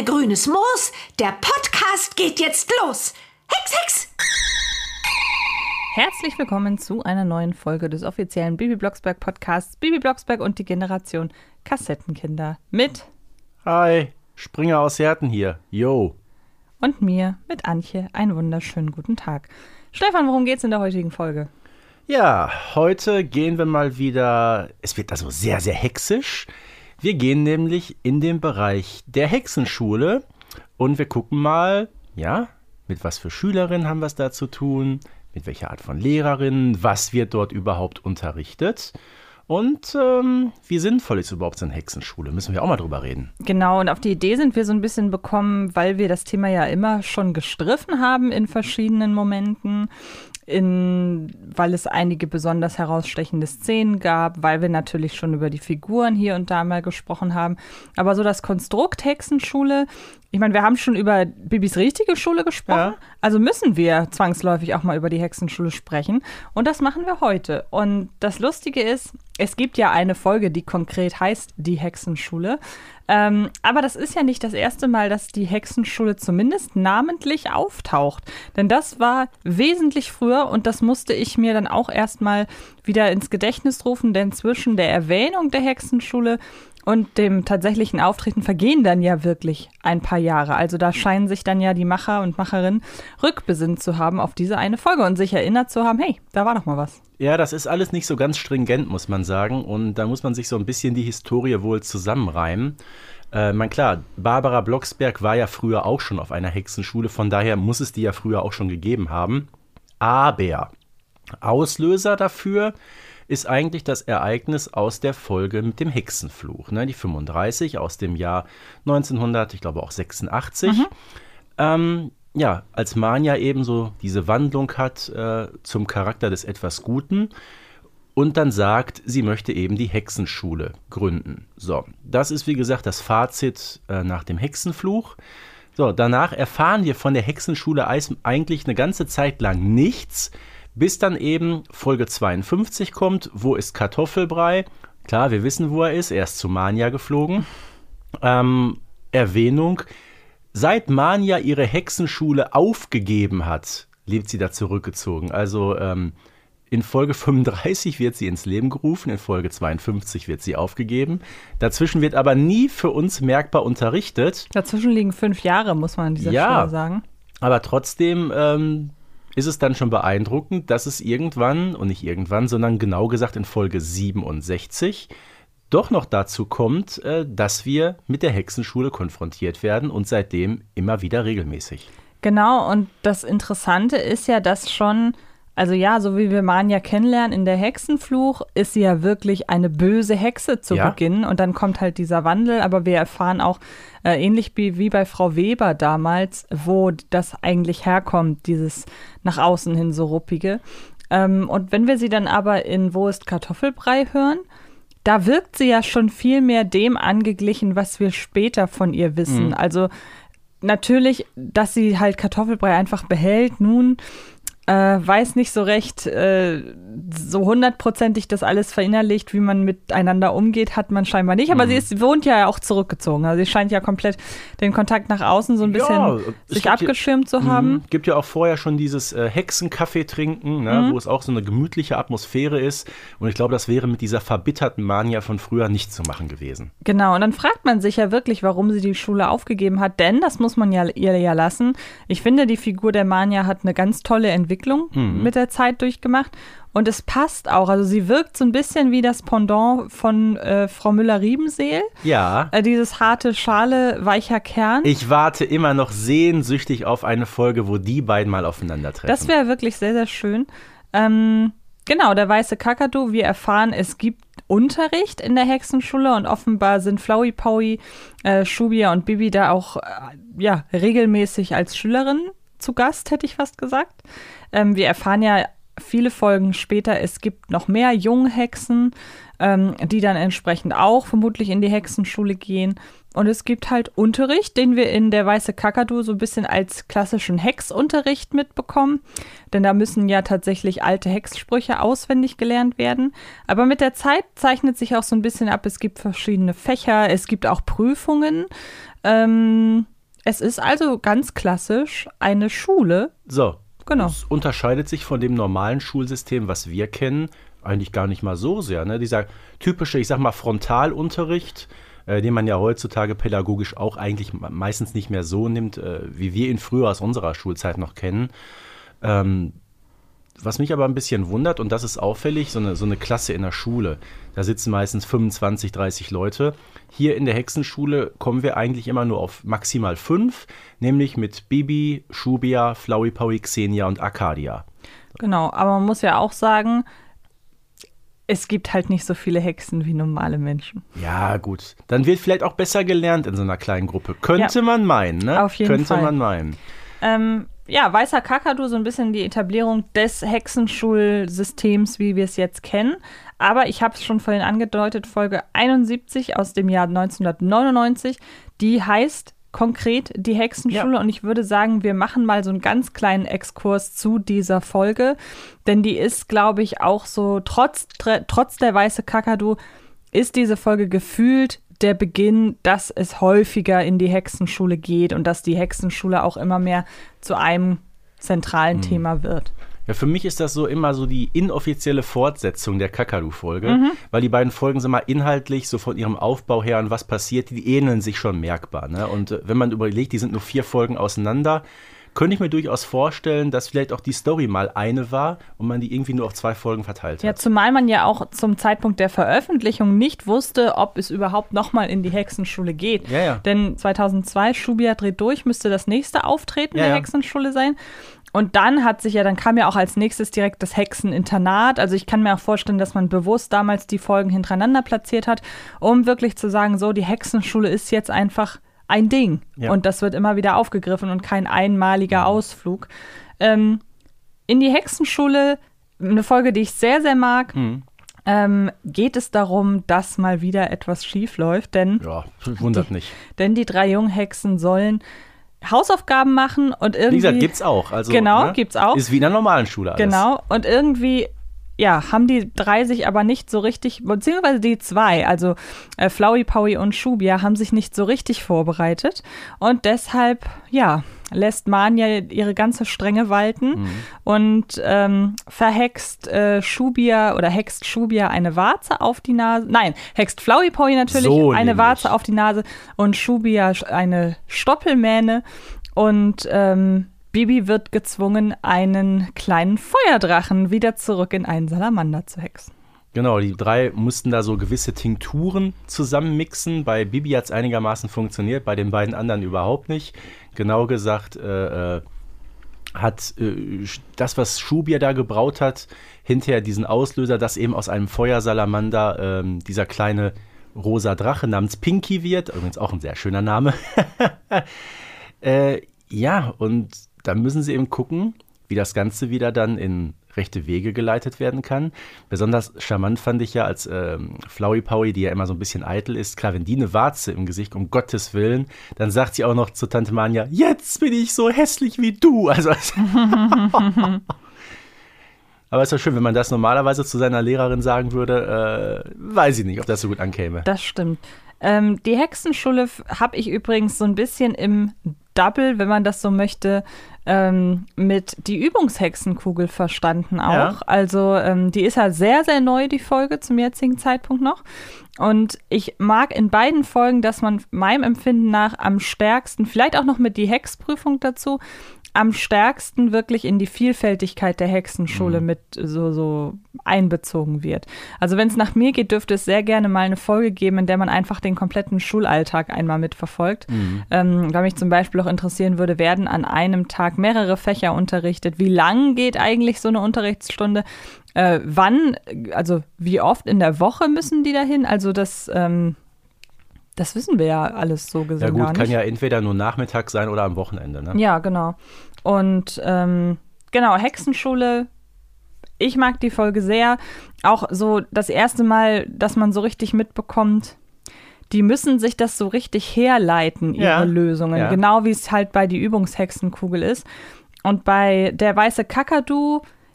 Menge grünes Moos. Der Podcast geht jetzt los. Hex, Hex! Herzlich willkommen zu einer neuen Folge des offiziellen Bibi Blocksberg Podcasts Bibi Blocksberg und die Generation Kassettenkinder mit Hi, Springer aus Herten hier. Yo. Und mir mit Antje. Einen wunderschönen guten Tag. Stefan, worum geht's in der heutigen Folge? Ja, heute gehen wir mal wieder, es wird also sehr, sehr hexisch. Wir gehen nämlich in den Bereich der Hexenschule und wir gucken mal, ja, mit was für Schülerinnen haben wir es da zu tun, mit welcher Art von Lehrerinnen, was wird dort überhaupt unterrichtet und wie sinnvoll ist überhaupt so eine Hexenschule, müssen wir auch mal drüber reden. Genau, und auf die Idee sind wir so ein bisschen bekommen, weil wir das Thema ja immer schon gestriffen haben in verschiedenen Momenten, weil es einige besonders herausstechende Szenen gab, weil wir natürlich schon über die Figuren hier und da mal gesprochen haben. Aber so das Konstrukt Hexenschule, ich meine, wir haben schon über Bibis richtige Schule gesprochen, ja. Also müssen wir zwangsläufig auch mal über die Hexenschule sprechen. Und das machen wir heute. Und das Lustige ist, es gibt ja eine Folge, die konkret heißt Die Hexenschule. Aber das ist ja nicht das erste Mal, dass die Hexenschule zumindest namentlich auftaucht. Denn das war wesentlich früher und das musste ich mir dann auch erstmal wieder ins Gedächtnis rufen, denn zwischen der Erwähnung der Hexenschule und dem tatsächlichen Auftreten vergehen dann ja wirklich ein paar Jahre. Also da scheinen sich dann ja die Macher und Macherinnen rückbesinnt zu haben auf diese eine Folge und sich erinnert zu haben, hey, da war doch mal was. Ja, das ist alles nicht so ganz stringent, muss man sagen. Und da muss man sich so ein bisschen die Historie wohl zusammenreimen. Klar, Barbara Blocksberg war ja früher auch schon auf einer Hexenschule, von daher muss es die ja früher auch schon gegeben haben. Aber Auslöser dafür ist eigentlich das Ereignis aus der Folge mit dem Hexenfluch, ne, die 35 aus dem Jahr 1900, ich glaube auch 86. Ja, als Manja eben so diese Wandlung hat zum Charakter des etwas Guten und dann sagt, sie möchte eben die Hexenschule gründen. So, das ist wie gesagt das Fazit nach dem Hexenfluch. So, danach erfahren wir von der Hexenschule eigentlich eine ganze Zeit lang nichts, bis dann eben Folge 52 kommt, wo ist Kartoffelbrei? Klar, wir wissen, wo er ist zu Manja geflogen. Erwähnung, seit Manja ihre Hexenschule aufgegeben hat, lebt sie da zurückgezogen. Also in Folge 35 wird sie ins Leben gerufen, in Folge 52 wird sie aufgegeben. Dazwischen wird aber nie für uns merkbar unterrichtet. Dazwischen liegen 5 Jahre, muss man an dieser Stelle sagen. Aber trotzdem ist es dann schon beeindruckend, dass es irgendwann, und nicht irgendwann, sondern genau gesagt in Folge 67, doch noch dazu kommt, dass wir mit der Hexenschule konfrontiert werden und seitdem immer wieder regelmäßig. Genau, und das Interessante ist ja, dass schon, also ja, so wie wir Manja kennenlernen in der Hexenfluch, ist sie ja wirklich eine böse Hexe zu Beginn und dann kommt halt dieser Wandel, aber wir erfahren auch, ähnlich wie bei Frau Weber damals, wo das eigentlich herkommt, dieses nach außen hin so ruppige. Und wenn wir sie dann aber in Wo ist Kartoffelbrei hören, da wirkt sie ja schon viel mehr dem angeglichen, was wir später von ihr wissen. Mhm. Also natürlich, dass sie halt Kartoffelbrei einfach behält, nun weiß nicht so recht, so hundertprozentig das alles verinnerlicht, wie man miteinander umgeht, hat man scheinbar nicht. Aber sie wohnt ja auch zurückgezogen. Also sie scheint ja komplett den Kontakt nach außen so ein bisschen sich abgeschirmt zu haben. Gibt ja auch vorher schon dieses Hexenkaffee trinken, ne, wo es auch so eine gemütliche Atmosphäre ist. Und ich glaube, das wäre mit dieser verbitterten Manja von früher nicht zu machen gewesen. Genau, und dann fragt man sich ja wirklich, warum sie die Schule aufgegeben hat. Denn, das muss man ja ihr ja lassen, ich finde, die Figur der Manja hat eine ganz tolle Entwicklung mit der Zeit durchgemacht und es passt auch, also sie wirkt so ein bisschen wie das Pendant von Frau Müller-Riebenseel. Ja. Dieses harte Schale, weicher Kern. Ich warte immer noch sehnsüchtig auf eine Folge, wo die beiden mal aufeinandertreffen. Das wäre wirklich sehr, sehr schön. Genau, der weiße Kakadu, wir erfahren, es gibt Unterricht in der Hexenschule und offenbar sind Flowey Powie, Shubia und Bibi da auch regelmäßig als Schülerin zu Gast, hätte ich fast gesagt. Wir erfahren ja viele Folgen später, es gibt noch mehr Junghexen, die dann entsprechend auch vermutlich in die Hexenschule gehen. Und es gibt halt Unterricht, den wir in der Weiße Kakadu so ein bisschen als klassischen Hexunterricht mitbekommen. Denn da müssen ja tatsächlich alte Hexsprüche auswendig gelernt werden. Aber mit der Zeit zeichnet sich auch so ein bisschen ab, es gibt verschiedene Fächer, es gibt auch Prüfungen. Es ist also ganz klassisch eine Schule. So, Genau. Es unterscheidet sich von dem normalen Schulsystem, was wir kennen, eigentlich gar nicht mal so sehr. Ne? Dieser typische, ich sag mal, Frontalunterricht, den man ja heutzutage pädagogisch auch eigentlich meistens nicht mehr so nimmt, wie wir ihn früher aus unserer Schulzeit noch kennen. Was mich aber ein bisschen wundert, und das ist auffällig, so eine Klasse in der Schule, da sitzen meistens 25, 30 Leute. Hier in der Hexenschule kommen wir eigentlich immer nur auf maximal 5, nämlich mit Bibi, Shubia, Flowey Powy, Xenia und Arcadia. Genau, aber man muss ja auch sagen, es gibt halt nicht so viele Hexen wie normale Menschen. Ja, gut. Dann wird vielleicht auch besser gelernt in so einer kleinen Gruppe. Könnte man meinen, ne? Auf jeden Fall. Könnte man meinen. Ja, Weißer Kakadu, so ein bisschen die Etablierung des Hexenschulsystems, wie wir es jetzt kennen. Aber ich habe es schon vorhin angedeutet, Folge 71 aus dem Jahr 1999, die heißt konkret die Hexenschule. Ja. Und ich würde sagen, wir machen mal so einen ganz kleinen Exkurs zu dieser Folge. Denn die ist, glaube ich, auch so, trotz der Weiße Kakadu, ist diese Folge gefühlt der Beginn, dass es häufiger in die Hexenschule geht und dass die Hexenschule auch immer mehr zu einem zentralen Thema wird. Ja, für mich ist das so immer so die inoffizielle Fortsetzung der Kakadu-Folge, weil die beiden Folgen sind mal inhaltlich so von ihrem Aufbau her und was passiert, die ähneln sich schon merkbar. Ne? Und wenn man überlegt, die sind nur 4 Folgen auseinander, könnte ich mir durchaus vorstellen, dass vielleicht auch die Story mal eine war und man die irgendwie nur auf 2 Folgen verteilt hat. Ja, zumal man ja auch zum Zeitpunkt der Veröffentlichung nicht wusste, ob es überhaupt nochmal in die Hexenschule geht. Ja, ja. Denn 2002, Shubia dreht durch, müsste das nächste Auftreten der Hexenschule sein. Und dann kam ja auch als nächstes direkt das Hexeninternat. Also ich kann mir auch vorstellen, dass man bewusst damals die Folgen hintereinander platziert hat, um wirklich zu sagen, so, die Hexenschule ist jetzt einfach ein Ding. Ja. Und das wird immer wieder aufgegriffen und kein einmaliger Ausflug. In die Hexenschule, eine Folge, die ich sehr, sehr mag, geht es darum, dass mal wieder etwas schief läuft. Ja, wundert nicht. Denn die 3 Junghexen sollen Hausaufgaben machen und irgendwie. Wie gesagt, gibt's auch. Also, genau, ne? Gibt's auch. Ist wie in einer normalen Schule alles. Genau, und irgendwie, ja, haben die 3 sich aber nicht so richtig, beziehungsweise die 2, also Flowey Powy und Shubia, haben sich nicht so richtig vorbereitet. Und deshalb, ja, lässt Mania ihre ganze Strenge walten und hext Shubia eine Warze auf die Nase. Nein, hext Flowey Powy natürlich so eine Warze auf die Nase und Shubia eine Stoppelmähne und Bibi wird gezwungen, einen kleinen Feuerdrachen wieder zurück in einen Salamander zu hexen. Genau, die 3 mussten da so gewisse Tinkturen zusammenmixen. Bei Bibi hat es einigermaßen funktioniert, bei den beiden anderen überhaupt nicht. Genau gesagt hat das, was Shubia da gebraut hat, hinterher diesen Auslöser, dass eben aus einem Feuersalamander dieser kleine rosa Drache namens Pinky wird. Übrigens auch ein sehr schöner Name. Ja, und da müssen sie eben gucken, wie das Ganze wieder dann in rechte Wege geleitet werden kann. Besonders charmant fand ich ja, als Flowey Powy, die ja immer so ein bisschen eitel ist, klar, wenn die eine Warze im Gesicht, um Gottes Willen, dann sagt sie auch noch zu Tante Mania, jetzt bin ich so hässlich wie du. Also aber es ist ja schön, wenn man das normalerweise zu seiner Lehrerin sagen würde, weiß ich nicht, ob das so gut ankäme. Das stimmt. Die Hexenschule habe ich übrigens so ein bisschen im Double, wenn man das so möchte, mit die Übungshexenkugel verstanden auch. Ja. Also die ist ja sehr, sehr neu, die Folge zum jetzigen Zeitpunkt noch. Und ich mag in beiden Folgen, dass man meinem Empfinden nach am stärksten, vielleicht auch noch mit die Hexprüfung dazu, am stärksten wirklich in die Vielfältigkeit der Hexenschule mit so einbezogen wird. Also wenn es nach mir geht, dürfte es sehr gerne mal eine Folge geben, in der man einfach den kompletten Schulalltag einmal mitverfolgt. Weil mich zum Beispiel auch interessieren würde, werden an einem Tag mehrere Fächer unterrichtet? Wie lang geht eigentlich so eine Unterrichtsstunde? Wann, also wie oft in der Woche müssen die dahin? Also das wissen wir ja alles so gesehen gar nicht. Ja gut, kann ja entweder nur Nachmittag sein oder am Wochenende, ne? Ja, genau. Und genau, Hexenschule, ich mag die Folge sehr. Auch so das erste Mal, dass man so richtig mitbekommt, die müssen sich das so richtig herleiten, ihre Lösungen. Ja. Genau wie es halt bei die Übungshexenkugel ist. Und bei der Weiße Kakadu,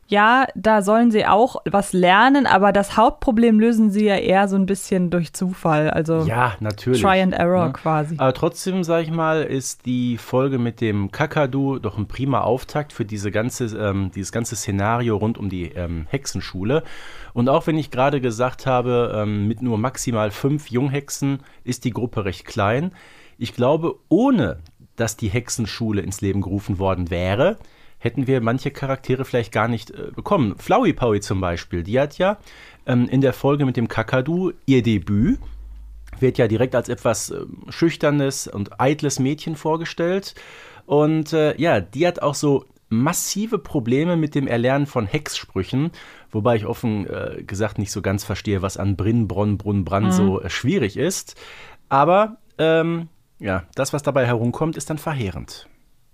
ja, da sollen sie auch was lernen, aber das Hauptproblem lösen sie ja eher so ein bisschen durch Zufall. Also ja, natürlich. Try and Error Ja. quasi. Aber trotzdem, sag ich mal, ist die Folge mit dem Kakadu doch ein prima Auftakt für dieses ganze Szenario rund um die Hexenschule. Und auch wenn ich gerade gesagt habe, mit nur maximal 5 Junghexen ist die Gruppe recht klein. Ich glaube, ohne dass die Hexenschule ins Leben gerufen worden wäre, hätten wir manche Charaktere vielleicht gar nicht bekommen. Flowey Powie zum Beispiel, die hat ja in der Folge mit dem Kakadu ihr Debüt, wird ja direkt als etwas schüchternes und eitles Mädchen vorgestellt. Und ja, die hat auch so massive Probleme mit dem Erlernen von Hexsprüchen, wobei ich offen gesagt nicht so ganz verstehe, was an Brinn, Bronn, Brunn, Brann so schwierig ist. Aber ja, das, was dabei herumkommt, ist dann verheerend.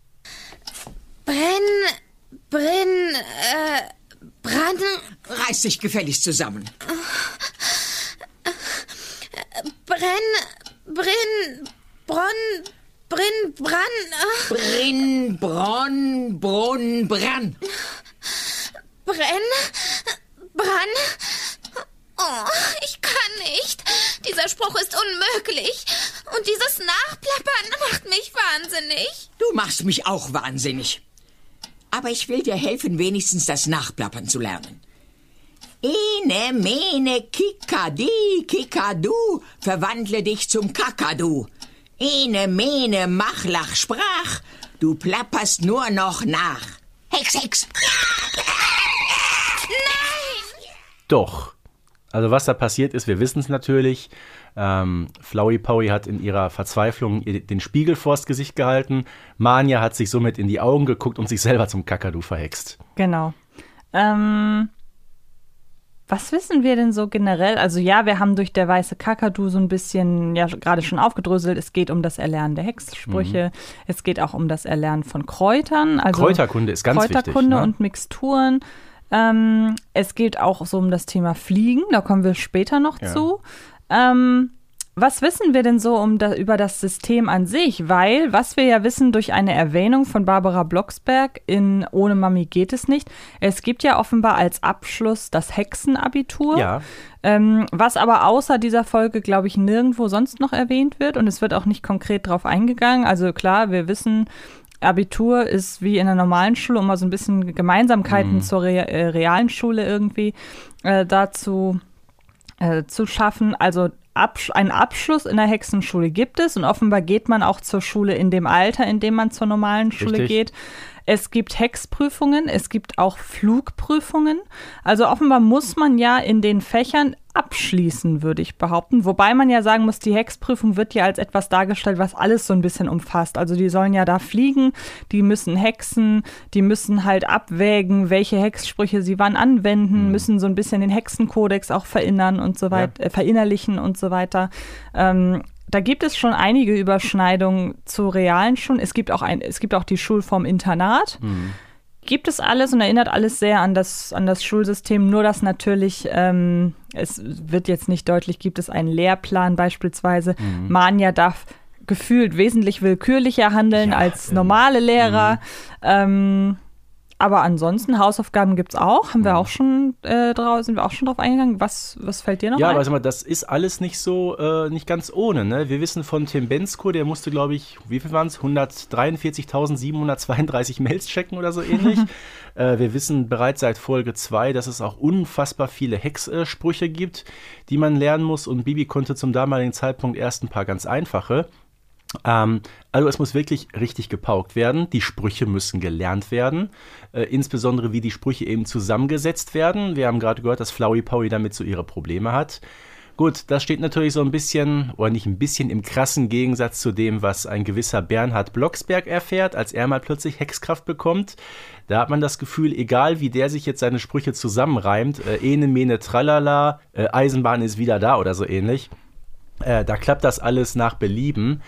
Brann. Reiß dich gefälligst zusammen. Brinn, Bronn, Brunn, Brann. Brann. Oh, ich kann nicht. Dieser Spruch ist unmöglich. Und dieses Nachplappern macht mich wahnsinnig. Du machst mich auch wahnsinnig. Aber ich will dir helfen, wenigstens das Nachplappern zu lernen. Ene, mene, kikadi, kikadu, verwandle dich zum Kakadu. Ene, mene, machlach, sprach, du plapperst nur noch nach. Hex, Hex. Doch. Also was da passiert ist, wir wissen es natürlich. Flowey Powie hat in ihrer Verzweiflung den Spiegel vors Gesicht gehalten. Mania hat sich somit in die Augen geguckt und sich selber zum Kakadu verhext. Genau. Was wissen wir denn so generell? Also ja, wir haben durch der weiße Kakadu so ein bisschen, ja gerade schon aufgedröselt, es geht um das Erlernen der Hexsprüche, es geht auch um das Erlernen von Kräutern. Also Kräuterkunde ist ganz wichtig. Kräuterkunde und Mixturen. Es geht auch so um das Thema Fliegen, da kommen wir später noch zu. Was wissen wir denn so über das System an sich? Weil, was wir ja wissen durch eine Erwähnung von Barbara Blocksberg in Ohne Mami geht es nicht, es gibt ja offenbar als Abschluss das Hexenabitur, Ja. Was aber außer dieser Folge, glaube ich, nirgendwo sonst noch erwähnt wird und es wird auch nicht konkret drauf eingegangen. Also klar, wir wissen, Abitur ist wie in der normalen Schule, um mal so ein bisschen Gemeinsamkeiten zur realen Schule irgendwie dazu zu schaffen. Also einen Abschluss in der Hexenschule gibt es und offenbar geht man auch zur Schule in dem Alter, in dem man zur normalen Schule Richtig. geht. Es gibt Hexprüfungen, es gibt auch Flugprüfungen. Also offenbar muss man ja in den Fächern abschließen, würde ich behaupten. Wobei man ja sagen muss, die Hexprüfung wird ja als etwas dargestellt, was alles so ein bisschen umfasst. Also die sollen ja da fliegen, die müssen hexen, die müssen halt abwägen, welche Hexsprüche sie wann anwenden, müssen so ein bisschen den Hexenkodex auch verinnerlichen und so weiter. Da gibt es schon einige Überschneidungen zu realen Schulen. Es gibt auch die Schulform Internat. Gibt es alles und erinnert alles sehr an das Schulsystem, nur dass natürlich, es wird jetzt nicht deutlich, gibt es einen Lehrplan beispielsweise. Mania darf gefühlt wesentlich willkürlicher handeln als normale Lehrer. Aber ansonsten, Hausaufgaben gibt es auch, sind wir auch schon drauf eingegangen. Was fällt dir noch Ja, ein? aber sag mal, das ist alles nicht ganz ohne. Ne? Wir wissen von Tim Bensko, der musste, glaube ich, wie viel waren es? 143.732 Mails checken oder so ähnlich. Wir wissen bereits seit Folge 2, dass es auch unfassbar viele Hexsprüche gibt, die man lernen muss. Und Bibi konnte zum damaligen Zeitpunkt erst ein paar ganz einfache. Also es muss wirklich richtig gepaukt werden. Die Sprüche müssen gelernt werden. Insbesondere wie die Sprüche eben zusammengesetzt werden. Wir haben gerade gehört, dass Flowey Powie damit so ihre Probleme hat. Gut, das steht natürlich so ein bisschen, oder nicht ein bisschen, im krassen Gegensatz zu dem, was ein gewisser Bernhard Blocksberg erfährt, als er mal plötzlich Hexkraft bekommt. Da hat man das Gefühl, egal wie der sich jetzt seine Sprüche zusammenreimt, ene, mene, tralala, Eisenbahn ist wieder da oder so ähnlich, da klappt das alles nach Belieben.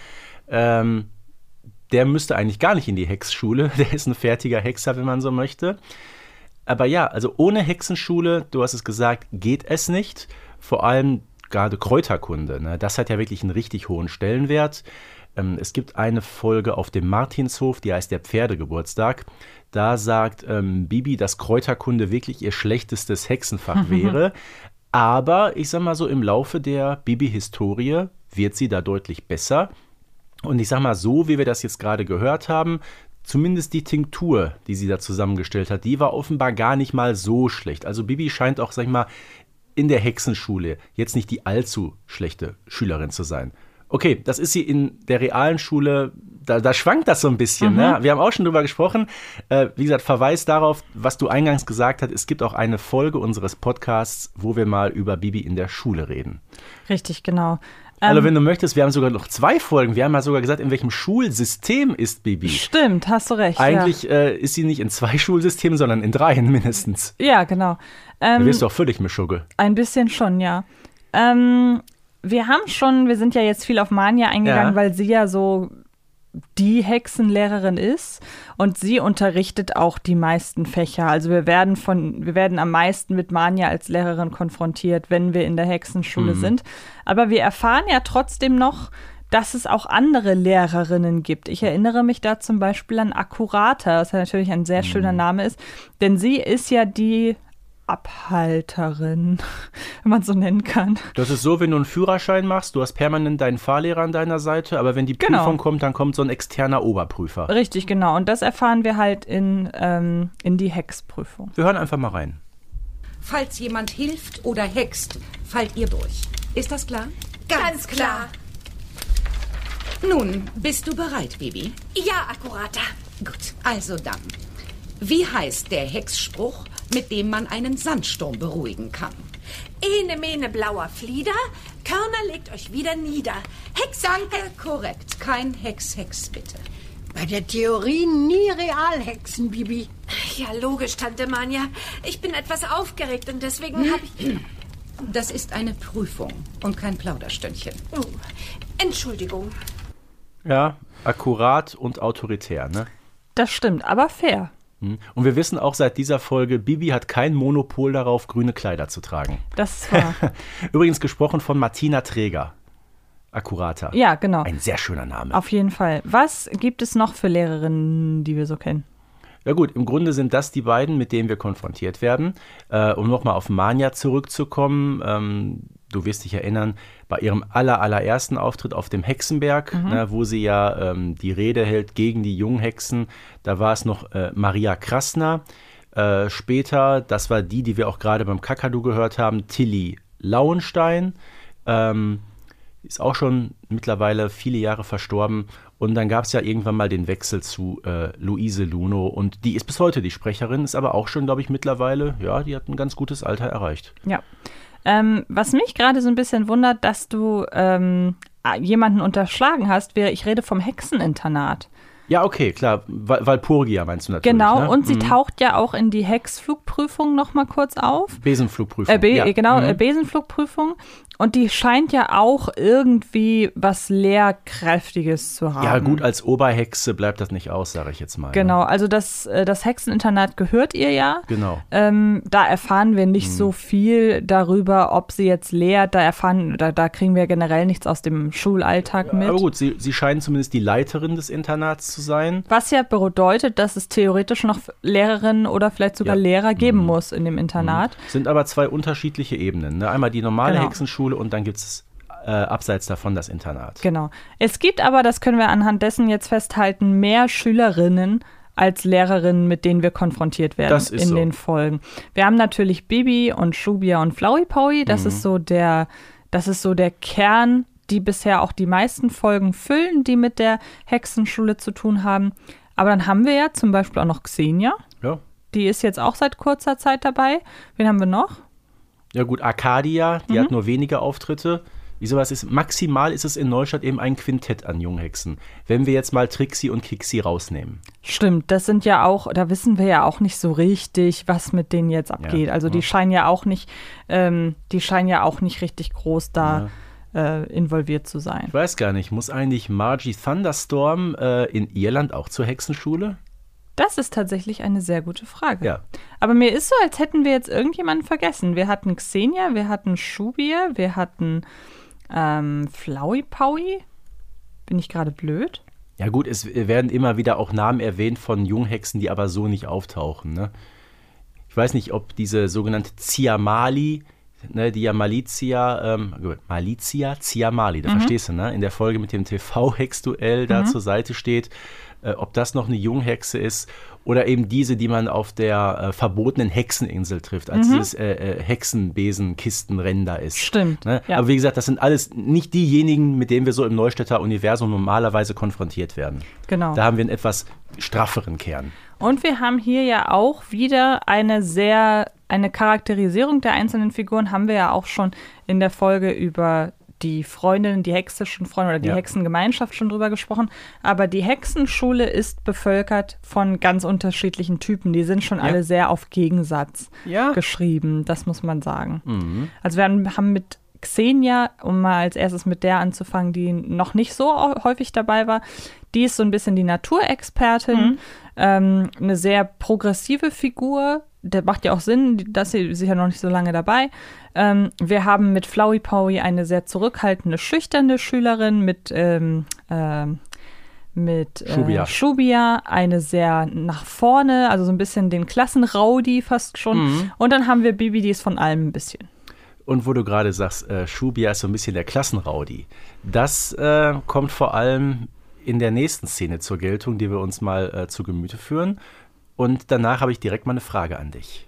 Der müsste eigentlich gar nicht in die Hexschule. Der ist ein fertiger Hexer, wenn man so möchte. Aber ja, also ohne Hexenschule, du hast es gesagt, geht es nicht. Vor allem gerade Kräuterkunde, ne, das hat ja wirklich einen richtig hohen Stellenwert. Es gibt eine Folge auf dem Martinshof, die heißt der Pferdegeburtstag. Da sagt Bibi, dass Kräuterkunde wirklich ihr schlechtestes Hexenfach wäre. Aber ich sag mal so, im Laufe der Bibi-Historie wird sie da deutlich besser. Und ich sag mal so, wie wir das jetzt gerade gehört haben, zumindest die Tinktur, die sie da zusammengestellt hat, die war offenbar gar nicht mal so schlecht. Also Bibi scheint auch, sag ich mal, in der Hexenschule jetzt nicht die allzu schlechte Schülerin zu sein. Okay, das ist sie in der realen Schule, da schwankt das so ein bisschen. Ne? Wir haben auch schon drüber gesprochen. Wie gesagt, Verweis darauf, was du eingangs gesagt hast, es gibt auch eine Folge unseres Podcasts, wo wir mal über Bibi in der Schule reden. Richtig, genau. Also wenn du möchtest, wir haben sogar noch 2 Folgen. Wir haben ja sogar gesagt, in welchem Schulsystem ist Bibi. Stimmt, hast du recht. Eigentlich ist sie nicht in 2 Schulsystemen, sondern in 3 mindestens. Ja, genau. Da wirst du auch völlig Mischugge. Ein bisschen schon, ja. Wir sind ja jetzt viel auf Manja eingegangen, weil sie ja so die Hexenlehrerin ist und sie unterrichtet auch die meisten Fächer. Also wir werden am meisten mit Manja als Lehrerin konfrontiert, wenn wir in der Hexenschule sind. Aber wir erfahren ja trotzdem noch, dass es auch andere Lehrerinnen gibt. Ich erinnere mich da zum Beispiel an Akkurata, was ja natürlich ein sehr schöner Name ist, denn sie ist ja die Abhalterin, wenn man es so nennen kann. Das ist so, wenn du einen Führerschein machst, du hast permanent deinen Fahrlehrer an deiner Seite, aber wenn die Prüfung kommt, dann kommt so ein externer Oberprüfer. Richtig, genau. Und das erfahren wir halt in die Hexprüfung. Wir hören einfach mal rein. Falls jemand hilft oder hext, fallt ihr durch. Ist das klar? Ganz klar. Nun, bist du bereit, Bibi? Ja, Akkurata. Gut, also dann. Wie heißt der Hexspruch, mit dem man einen Sandsturm beruhigen kann? Ene, mene, blauer Flieder, Körner legt euch wieder nieder. Hex, Danke, korrekt. Kein Hex, bitte. Bei der Theorie nie Realhexen, Bibi. Ja, logisch, Tante Manja. Ich bin etwas aufgeregt und deswegen habe ich... Das ist eine Prüfung und kein Plauderstündchen. Oh, Entschuldigung. Ja, akkurat und autoritär, ne? Das stimmt, aber fair. Und wir wissen auch seit dieser Folge, Bibi hat kein Monopol darauf, grüne Kleider zu tragen. Das ist wahr. Übrigens gesprochen von Martina Träger. Akkurata. Ja, genau. Ein sehr schöner Name. Auf jeden Fall. Was gibt es noch für Lehrerinnen, die wir so kennen? Ja gut, im Grunde sind das die beiden, mit denen wir konfrontiert werden. Um nochmal auf Manja zurückzukommen, du wirst dich erinnern, bei ihrem allerersten Auftritt auf dem Hexenberg, wo sie ja die Rede hält gegen die Junghexen, da war es noch Maria Krasner. Später, das war die wir auch gerade beim Kakadu gehört haben, Tilly Lauenstein. Ist auch schon mittlerweile viele Jahre verstorben. Und dann gab es ja irgendwann mal den Wechsel zu Luise Luno. Und die ist bis heute die Sprecherin, ist aber auch schon, glaube ich, mittlerweile, ja, die hat ein ganz gutes Alter erreicht. Ja. Was mich gerade so ein bisschen wundert, dass du jemanden unterschlagen hast, ich rede vom Hexeninternat. Ja, okay, klar. Walpurgia meinst du natürlich. Genau, ne? Und sie taucht ja auch in die Hexflugprüfung noch mal kurz auf. Besenflugprüfung. Genau, Besenflugprüfung. Und die scheint ja auch irgendwie was Lehrkräftiges zu haben. Ja, gut, als Oberhexe bleibt das nicht aus, sage ich jetzt mal. Genau, also das Hexeninternat gehört ihr ja. Genau. Da erfahren wir nicht so viel darüber, ob sie jetzt lehrt. Da kriegen wir generell nichts aus dem Schulalltag mit. Aber gut, sie scheinen zumindest die Leiterin des Internats zu sein. Was ja bedeutet, dass es theoretisch noch Lehrerinnen oder vielleicht sogar Lehrer geben muss in dem Internat. Sind aber 2 unterschiedliche Ebenen. Ne? Einmal die normale Hexenschule und dann gibt es abseits davon das Internat. Genau. Es gibt aber, das können wir anhand dessen jetzt festhalten, mehr Schülerinnen als Lehrerinnen, mit denen wir konfrontiert werden in den Folgen. Wir haben natürlich Bibi und Shubia und Flowey-Powy. Das ist so der Kern, die bisher auch die meisten Folgen füllen, die mit der Hexenschule zu tun haben. Aber dann haben wir ja zum Beispiel auch noch Xenia. Ja. Die ist jetzt auch seit kurzer Zeit dabei. Wen haben wir noch? Ja gut, Arcadia, die hat nur wenige Auftritte. Maximal ist es in Neustadt eben ein Quintett an Junghexen. Wenn wir jetzt mal Trixie und Kixi rausnehmen. Stimmt, das sind ja auch, da wissen wir ja auch nicht so richtig, was mit denen jetzt abgeht. Also die scheinen ja auch nicht richtig groß da involviert zu sein. Ich weiß gar nicht, muss eigentlich Margie Thunderstorm in Irland auch zur Hexenschule? Das ist tatsächlich eine sehr gute Frage. Ja. Aber mir ist so, als hätten wir jetzt irgendjemanden vergessen. Wir hatten Xenia, wir hatten Shubir, wir hatten Flowey-Powy. Bin ich gerade blöd? Ja gut, es werden immer wieder auch Namen erwähnt von Junghexen, die aber so nicht auftauchen. Ne? Ich weiß nicht, ob diese sogenannte Ziamali, ne, die ja Malizia, Ziamali, da verstehst du, ne? In der Folge mit dem TV-Hex-Duell da zur Seite steht, ob das noch eine Junghexe ist oder eben diese, die man auf der verbotenen Hexeninsel trifft, als dieses Hexenbesen-Kistenrennen da ist. Stimmt, Ne? ja. Aber wie gesagt, das sind alles nicht diejenigen, mit denen wir so im Neustädter Universum normalerweise konfrontiert werden. Genau. Da haben wir einen etwas strafferen Kern. Und wir haben hier ja auch wieder eine Charakterisierung der einzelnen Figuren, haben wir ja auch schon in der Folge über die Freundinnen, die hexischen Freunde oder die Hexengemeinschaft schon drüber gesprochen. Aber die Hexenschule ist bevölkert von ganz unterschiedlichen Typen. Die sind schon alle sehr auf Gegensatz geschrieben, das muss man sagen. Mhm. Also wir haben mit Xenia, um mal als erstes mit der anzufangen, die noch nicht so häufig dabei war, die ist so ein bisschen die Naturexpertin, eine sehr progressive Figur. Der macht ja auch Sinn, dass sie ist ja noch nicht so lange dabei. Wir haben mit Flowey-Powy eine sehr zurückhaltende, schüchterne Schülerin, mit Shubia, eine sehr nach vorne, also so ein bisschen den Klassenrowdy fast schon. Mhm. Und dann haben wir Bibi, die ist von allem ein bisschen. Und wo du gerade sagst, Shubia ist so ein bisschen der Klassenrowdy. Das kommt vor allem in der nächsten Szene zur Geltung, die wir uns mal zu Gemüte führen. Und danach habe ich direkt mal eine Frage an dich.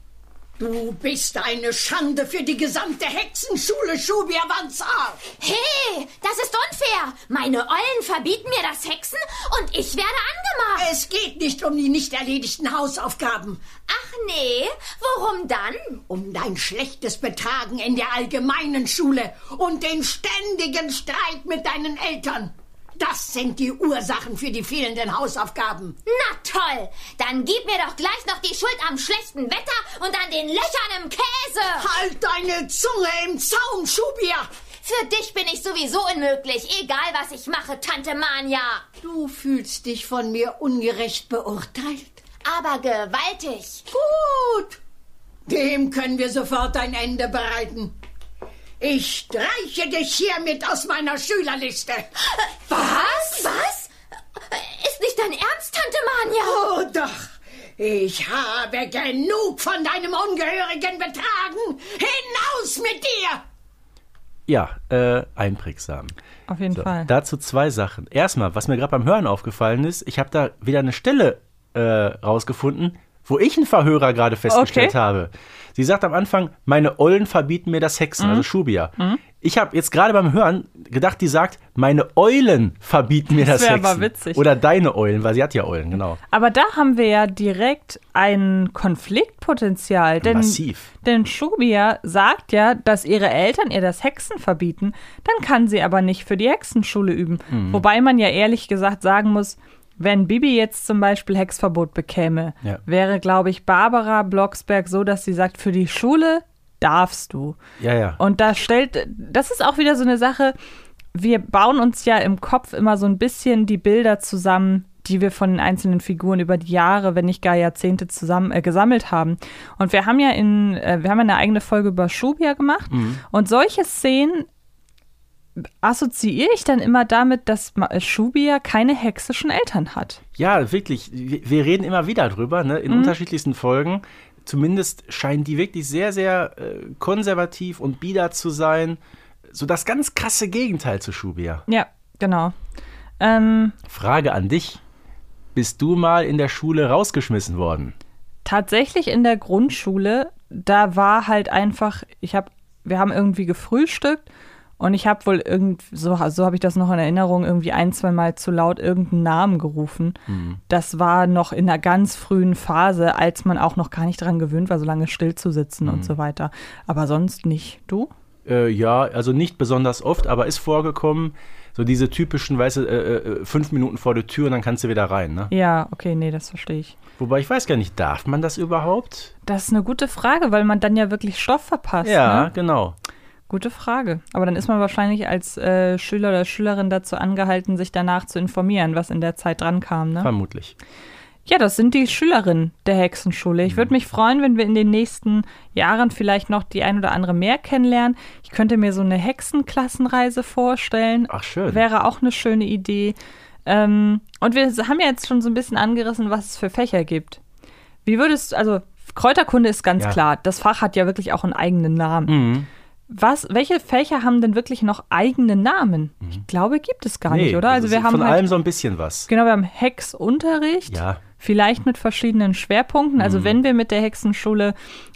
Du bist eine Schande für die gesamte Hexenschule, Shubia Banzar. Hey, das ist unfair. Meine Eulen verbieten mir das Hexen und ich werde angemacht. Es geht nicht um die nicht erledigten Hausaufgaben. Ach nee, worum dann? Um dein schlechtes Betragen in der allgemeinen Schule und den ständigen Streit mit deinen Eltern. Das sind die Ursachen für die fehlenden Hausaufgaben. Na toll, dann gib mir doch gleich noch die Schuld am schlechten Wetter und an den Löchern im Käse. Halt deine Zunge im Zaum, Shubia. Für dich bin ich sowieso unmöglich, egal was ich mache, Tante Manja. Du fühlst dich von mir ungerecht beurteilt. Aber gewaltig. Gut, dem können wir sofort ein Ende bereiten. Ich streiche dich hiermit aus meiner Schülerliste. Was? Was? Ist nicht dein Ernst, Tante Manja? Oh, doch. Ich habe genug von deinem ungehörigen Betragen. Hinaus mit dir! Ja, einprägsam. Auf jeden Fall. Dazu zwei Sachen. Erstmal, was mir gerade beim Hören aufgefallen ist, ich habe da wieder eine Stelle rausgefunden, wo ich einen Verhörer gerade festgestellt habe. Sie sagt am Anfang, meine Eulen verbieten mir das Hexen, also Shubia. Ich habe jetzt gerade beim Hören gedacht, die sagt, meine Eulen verbieten mir das Hexen. Aber witzig. Oder deine Eulen, weil sie hat ja Eulen, genau. Aber da haben wir ja direkt ein Konfliktpotenzial. Massiv. Denn Shubia sagt ja, dass ihre Eltern ihr das Hexen verbieten, dann kann sie aber nicht für die Hexenschule üben. Wobei man ja ehrlich gesagt sagen muss, wenn Bibi jetzt zum Beispiel Hexverbot bekäme, wäre, glaube ich, Barbara Blocksberg so, dass sie sagt, für die Schule darfst du. Ja, ja. Und das ist auch wieder so eine Sache, wir bauen uns ja im Kopf immer so ein bisschen die Bilder zusammen, die wir von den einzelnen Figuren über die Jahre, wenn nicht gar Jahrzehnte zusammen gesammelt haben. Und wir haben ja eine eigene Folge über Shubia gemacht. Und solche Szenen assoziiere ich dann immer damit, dass Shubia keine hexischen Eltern hat. Ja, wirklich. Wir reden immer wieder drüber, ne, in unterschiedlichsten Folgen. Zumindest scheinen die wirklich sehr, sehr konservativ und bieder zu sein. So das ganz krasse Gegenteil zu Shubia. Ja, genau. Frage an dich. Bist du mal in der Schule rausgeschmissen worden? Tatsächlich in der Grundschule, da war halt einfach, wir haben irgendwie gefrühstückt. Und ich habe wohl so habe ich das noch in Erinnerung, irgendwie 1-2 Mal zu laut irgendeinen Namen gerufen. Das war noch in einer ganz frühen Phase, als man auch noch gar nicht dran gewöhnt war, so lange still zu sitzen und so weiter. Aber sonst nicht. Du? Ja, also nicht besonders oft, aber ist vorgekommen. So diese typischen, 5 Minuten vor der Tür und dann kannst du wieder rein, ne? Ja, okay, nee, das verstehe ich. Wobei ich weiß gar nicht, darf man das überhaupt? Das ist eine gute Frage, weil man dann ja wirklich Stoff verpasst. Ja, ne? Genau. Gute Frage. Aber dann ist man wahrscheinlich als Schüler oder Schülerin dazu angehalten, sich danach zu informieren, was in der Zeit dran kam, ne? Vermutlich. Ja, das sind die Schülerinnen der Hexenschule. Ich würde mich freuen, wenn wir in den nächsten Jahren vielleicht noch die ein oder andere mehr kennenlernen. Ich könnte mir so eine Hexenklassenreise vorstellen. Ach, schön. Wäre auch eine schöne Idee. Und wir haben ja jetzt schon so ein bisschen angerissen, was es für Fächer gibt. Also Kräuterkunde ist ganz klar. Das Fach hat ja wirklich auch einen eigenen Namen. Welche Fächer haben denn wirklich noch eigene Namen? Ich glaube, gibt es gar nicht, oder? Also wir haben von allem so ein bisschen was. Genau, wir haben Hexunterricht, vielleicht mit verschiedenen Schwerpunkten. Also wenn wir mit der Hexenschule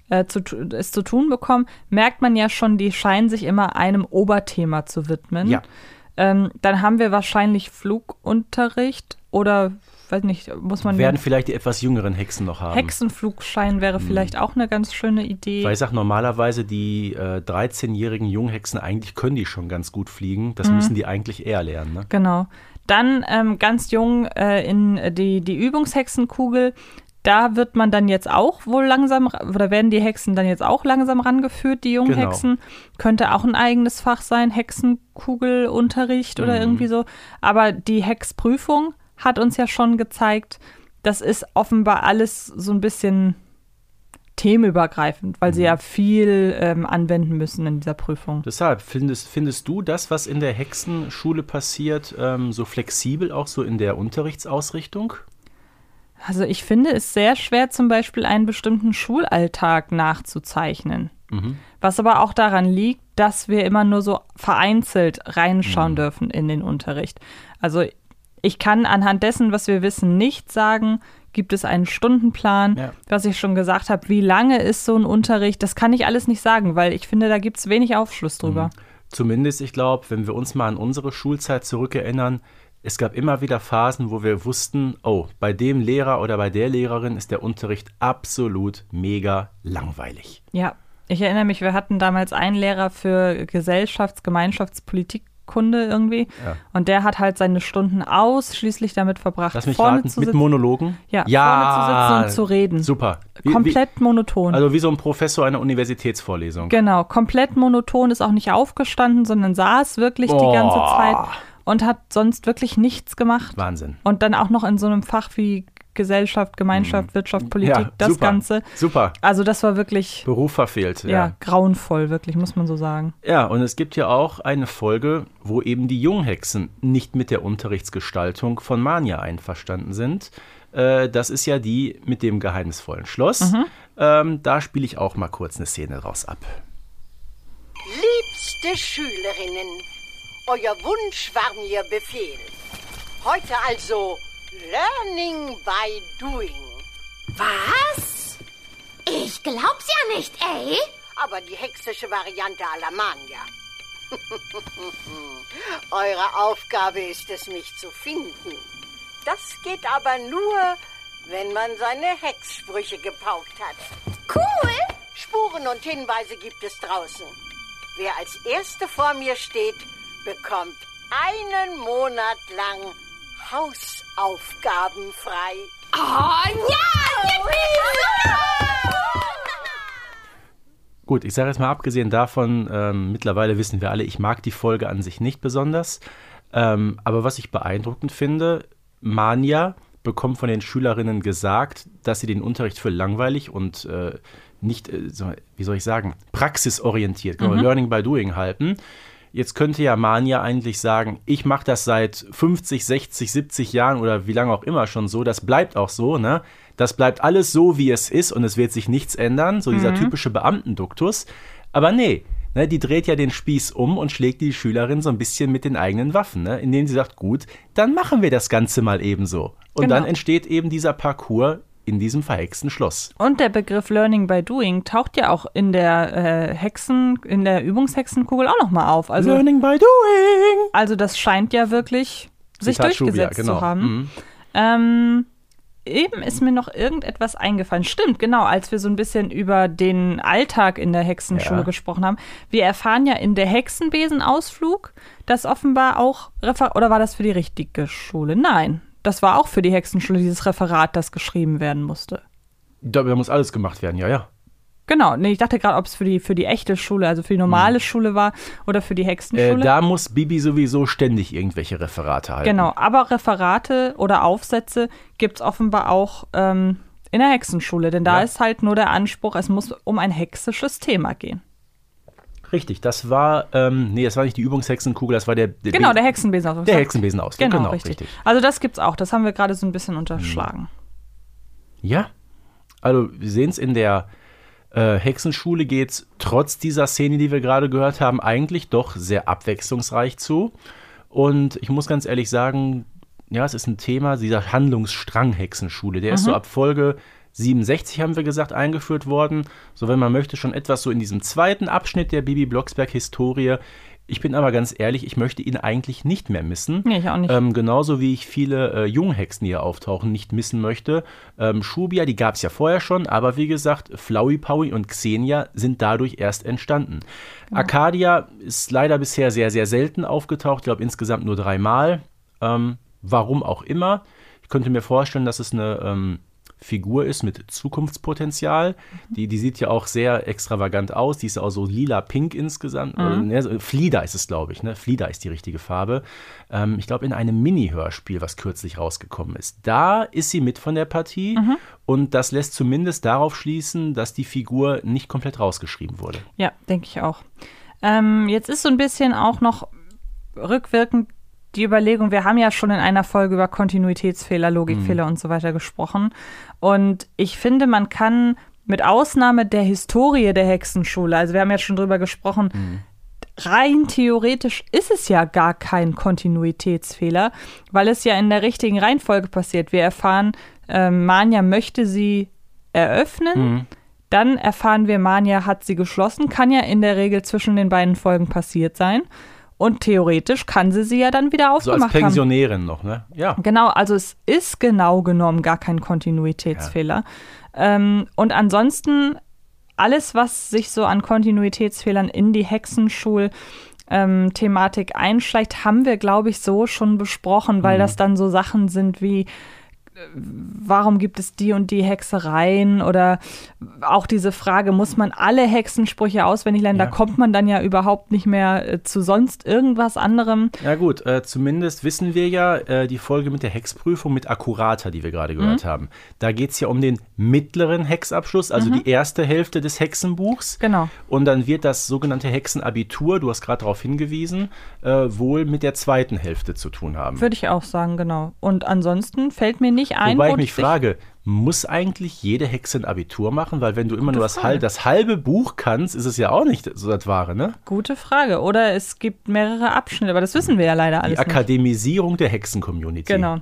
es zu tun bekommen, merkt man ja schon, die scheinen sich immer einem Oberthema zu widmen. Ja. Dann haben wir wahrscheinlich Flugunterricht oder, weiß nicht, muss man... Werden vielleicht die etwas jüngeren Hexen noch haben. Hexenflugschein wäre vielleicht auch eine ganz schöne Idee. Weil ich sage, normalerweise die 13-jährigen Junghexen, eigentlich können die schon ganz gut fliegen. Das müssen die eigentlich eher lernen. Ne? Genau. Dann ganz jung in die Übungshexenkugel. Da wird man dann jetzt auch wohl langsam, oder werden die Hexen dann jetzt auch langsam rangeführt, die jungen Hexen. Könnte auch ein eigenes Fach sein, Hexenkugelunterricht oder irgendwie so. Aber die Hexprüfung hat uns ja schon gezeigt, das ist offenbar alles so ein bisschen themenübergreifend, weil sie ja viel anwenden müssen in dieser Prüfung. Deshalb, findest du das, was in der Hexenschule passiert, so flexibel auch so in der Unterrichtsausrichtung? Also ich finde es sehr schwer, zum Beispiel einen bestimmten Schulalltag nachzuzeichnen. Was aber auch daran liegt, dass wir immer nur so vereinzelt reinschauen dürfen in den Unterricht. Also ich kann anhand dessen, was wir wissen, nicht sagen, gibt es einen Stundenplan, was ich schon gesagt habe, wie lange ist so ein Unterricht, das kann ich alles nicht sagen, weil ich finde, da gibt es wenig Aufschluss drüber. Zumindest, ich glaube, wenn wir uns mal an unsere Schulzeit zurückerinnern, es gab immer wieder Phasen, wo wir wussten, oh, bei dem Lehrer oder bei der Lehrerin ist der Unterricht absolut mega langweilig. Ja, ich erinnere mich, wir hatten damals einen Lehrer für Gemeinschaftspolitikkunde irgendwie. Ja. Und der hat halt seine Stunden ausschließlich damit verbracht, Lass mich raten, mit Monologen? Ja, vorne zu sitzen und zu reden. Super. Komplett monoton. Also wie so ein Professor einer Universitätsvorlesung. Genau, komplett monoton, ist auch nicht aufgestanden, sondern saß wirklich die ganze Zeit und hat sonst wirklich nichts gemacht. Wahnsinn. Und dann auch noch in so einem Fach wie Gesellschaft, Gemeinschaft, Wirtschaft, Politik, das super, Ganze. Super. Also das war wirklich... Beruf verfehlt. Ja, grauenvoll, wirklich, muss man so sagen. Ja, und es gibt ja auch eine Folge, wo eben die Junghexen nicht mit der Unterrichtsgestaltung von Mania einverstanden sind. Das ist ja die mit dem geheimnisvollen Schloss. Da spiele ich auch mal kurz eine Szene raus ab. Liebste Schülerinnen, euer Wunsch war mir Befehl. Heute also Learning by Doing. Was? Ich glaub's ja nicht, ey. Aber die hexische Variante à la Mania. Eure Aufgabe ist es, mich zu finden. Das geht aber nur, wenn man seine Hexsprüche gepaukt hat. Cool. Spuren und Hinweise gibt es draußen. Wer als Erste vor mir steht, bekommt 1 Monat lang Hausaufgaben frei. Oh ja! Gut, ich sage jetzt mal, abgesehen davon, mittlerweile wissen wir alle, ich mag die Folge an sich nicht besonders. Aber was ich beeindruckend finde, Mania bekommt von den Schülerinnen gesagt, dass sie den Unterricht für langweilig und nicht, wie soll ich sagen, praxisorientiert, Learning by Doing halten. Jetzt könnte ja Mania eigentlich sagen, ich mache das seit 50, 60, 70 Jahren oder wie lange auch immer schon so, das bleibt auch so, ne? Das bleibt alles so, wie es ist und es wird sich nichts ändern, so dieser typische Beamtenduktus. Aber nee, ne, die dreht ja den Spieß um und schlägt die Schülerin so ein bisschen mit den eigenen Waffen, ne? Indem sie sagt, gut, dann machen wir das Ganze mal ebenso. Und dann entsteht eben dieser Parcours in diesem verhexten Schloss. Und der Begriff Learning by Doing taucht ja auch in der in der Übungshexenkugel auch nochmal auf. Also, Learning by Doing! Also das scheint ja wirklich sich durchgesetzt zu haben. Eben ist mir noch irgendetwas eingefallen. Stimmt, genau, als wir so ein bisschen über den Alltag in der Hexenschule gesprochen haben. Wir erfahren ja in der Hexenbesenausflug, dass offenbar auch, oder war das für die richtige Schule? Nein. Das war auch für die Hexenschule, dieses Referat, das geschrieben werden musste. Da muss alles gemacht werden, ja. Genau, nee, ich dachte gerade, ob es für die echte Schule, also für die normale Schule war oder für die Hexenschule. Da muss Bibi sowieso ständig irgendwelche Referate halten. Genau, aber Referate oder Aufsätze gibt es offenbar auch in der Hexenschule, denn da ist halt nur der Anspruch, es muss um ein hexisches Thema gehen. Richtig, das war, das war nicht die Übungshexenkugel, das war der Hexenbesenausflug. Der Hexenbesenausflug, genau, richtig. Also das gibt's auch, das haben wir gerade so ein bisschen unterschlagen. Ja, also wir sehen es in der Hexenschule geht es trotz dieser Szene, die wir gerade gehört haben, eigentlich doch sehr abwechslungsreich zu. Und ich muss ganz ehrlich sagen, ja, es ist ein Thema, dieser Handlungsstrang Hexenschule, der ist so ab Folge 67, haben wir gesagt, eingeführt worden. So, wenn man möchte, schon etwas so in diesem zweiten Abschnitt der Bibi Blocksberg-Historie. Ich bin aber ganz ehrlich, ich möchte ihn eigentlich nicht mehr missen. Nee, ich auch nicht. Genauso wie ich viele Junghexen, die hier auftauchen, nicht missen möchte. Shubia, die gab es ja vorher schon, aber wie gesagt, Flowey Powy und Xenia sind dadurch erst entstanden. Genau. Arcadia ist leider bisher sehr, sehr selten aufgetaucht. Ich glaube, insgesamt nur 3 Mal. Warum auch immer. Ich könnte mir vorstellen, dass es eine Figur ist mit Zukunftspotenzial. Die sieht ja auch sehr extravagant aus. Die ist auch so lila-pink insgesamt. Flieda ist es, glaube ich. Ne? Flieda ist die richtige Farbe. Ich glaube, in einem Mini-Hörspiel, was kürzlich rausgekommen ist. Da ist sie mit von der Partie. Und das lässt zumindest darauf schließen, dass die Figur nicht komplett rausgeschrieben wurde. Ja, denke ich auch. Jetzt ist so ein bisschen auch noch rückwirkend die Überlegung, wir haben ja schon in einer Folge über Kontinuitätsfehler, Logikfehler und so weiter gesprochen. Und ich finde, man kann mit Ausnahme der Historie der Hexenschule, also wir haben ja schon drüber gesprochen, rein theoretisch ist es ja gar kein Kontinuitätsfehler, weil es ja in der richtigen Reihenfolge passiert. Wir erfahren, Mania möchte sie eröffnen, dann erfahren wir, Mania hat sie geschlossen, kann ja in der Regel zwischen den beiden Folgen passiert sein. Und theoretisch kann sie ja dann wieder aufgemacht haben. So als Pensionärin noch, ne? Ja. Genau, also es ist genau genommen gar kein Kontinuitätsfehler. Ja. Und ansonsten, alles, was sich so an Kontinuitätsfehlern in die Hexenschul-Thematik einschleicht, haben wir, glaube ich, so schon besprochen, weil das dann so Sachen sind wie, warum gibt es die und die Hexereien oder auch diese Frage, muss man alle Hexensprüche auswendig lernen? Da kommt man dann ja überhaupt nicht mehr zu sonst irgendwas anderem. Ja gut, zumindest wissen wir ja die Folge mit der Hexprüfung mit Akkurata, die wir gerade gehört haben. Da geht es ja um den mittleren Hexabschluss, also die erste Hälfte des Hexenbuchs. Genau. Und dann wird das sogenannte Hexenabitur, du hast gerade darauf hingewiesen, wohl mit der zweiten Hälfte zu tun haben. Würde ich auch sagen, genau. Und ansonsten fällt mir nicht ein, wobei ich mich frage, muss eigentlich jede Hexe ein Abitur machen? Weil wenn du immer nur das halbe Buch kannst, ist es ja auch nicht so das Wahre, ne? Gute Frage. Oder es gibt mehrere Abschnitte, aber das wissen wir ja leider alles nicht. Die Akademisierung der Hexen-Community. Genau.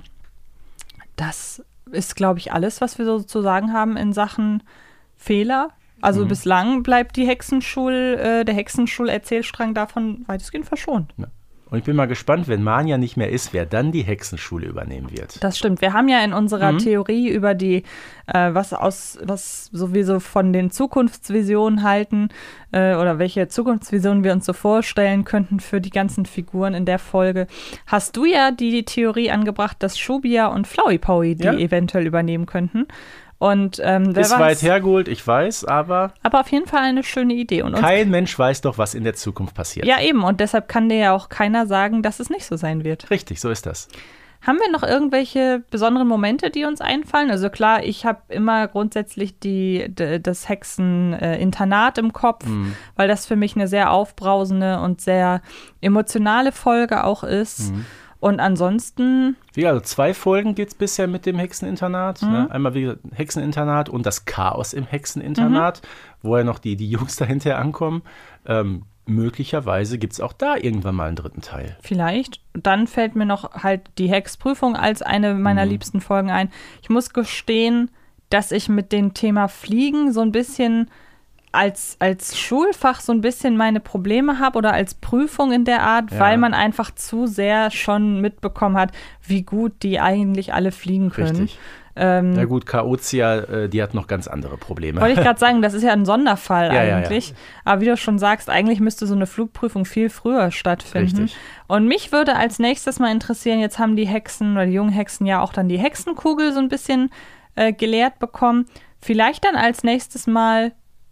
Das ist, glaube ich, alles, was wir so zu sagen haben in Sachen Fehler. Also bislang bleibt der Hexenschul-Erzählstrang davon weitestgehend verschont. Ja. Und ich bin mal gespannt, wenn Mania nicht mehr ist, wer dann die Hexenschule übernehmen wird. Das stimmt. Wir haben ja in unserer Theorie über die, was sowieso von den Zukunftsvisionen halten oder welche Zukunftsvisionen wir uns so vorstellen könnten für die ganzen Figuren in der Folge, hast du ja die Theorie angebracht, dass Shubia und Flowey Powy die eventuell übernehmen könnten. Und, ist weit hergeholt, ich weiß, aber auf jeden Fall eine schöne Idee. Und kein Mensch weiß doch, was in der Zukunft passiert. Ja, eben. Und deshalb kann dir ja auch keiner sagen, dass es nicht so sein wird. Richtig, so ist das. Haben wir noch irgendwelche besonderen Momente, die uns einfallen? Also klar, ich habe immer grundsätzlich das Hexeninternat im Kopf, weil das für mich eine sehr aufbrausende und sehr emotionale Folge auch ist. Und ansonsten... Also 2 Folgen geht es bisher mit dem Hexeninternat. Ne? Einmal wie gesagt, Hexeninternat und das Chaos im Hexeninternat, wo ja noch die Jungs dahinter ankommen. Möglicherweise gibt es auch da irgendwann mal einen 3. Teil. Vielleicht. Dann fällt mir noch halt die Hexprüfung als eine meiner liebsten Folgen ein. Ich muss gestehen, dass ich mit dem Thema Fliegen so ein bisschen... als Schulfach so ein bisschen meine Probleme habe oder als Prüfung in der Art, weil man einfach zu sehr schon mitbekommen hat, wie gut die eigentlich alle fliegen können. Richtig. Na gut, Chaotia, die hat noch ganz andere Probleme. Wollte ich gerade sagen, das ist ja ein Sonderfall eigentlich. Ja. Aber wie du schon sagst, eigentlich müsste so eine Flugprüfung viel früher stattfinden. Richtig. Und mich würde als nächstes mal interessieren, jetzt haben die Hexen oder die jungen Hexen ja auch dann die Hexenkugel so ein bisschen gelehrt bekommen. Vielleicht dann als nächstes mal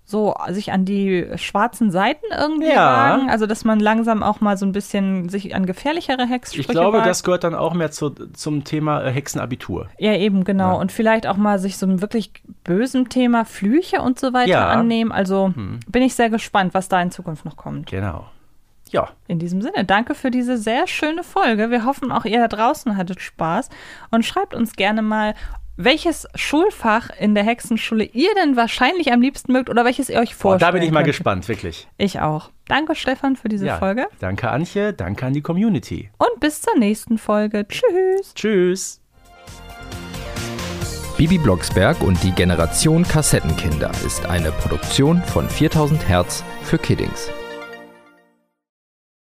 so sich an die schwarzen Seiten irgendwie Ja. wagen. Also, dass man langsam auch mal so ein bisschen sich an gefährlichere Hexsprüche Ich glaube, wagt. das gehört dann auch mehr zum Thema Hexenabitur. Ja, eben, genau. Ja. Und vielleicht auch mal sich so einem wirklich bösen Thema Flüche und so weiter Ja. annehmen. Also bin ich sehr gespannt, was da in Zukunft noch kommt. Genau. Ja. In diesem Sinne, danke für diese sehr schöne Folge. Wir hoffen, auch ihr da draußen hattet Spaß. Und schreibt uns gerne mal, welches Schulfach in der Hexenschule ihr denn wahrscheinlich am liebsten mögt oder welches ihr euch vorstellt. Da bin ich mal gespannt, wirklich. Ich auch. Danke, Stefan, für diese Folge. Danke, Antje. Danke an die Community. Und bis zur nächsten Folge. Tschüss. Tschüss. Bibi Blocksberg und die Generation Kassettenkinder ist eine Produktion von 4000 Hertz für Kiddings.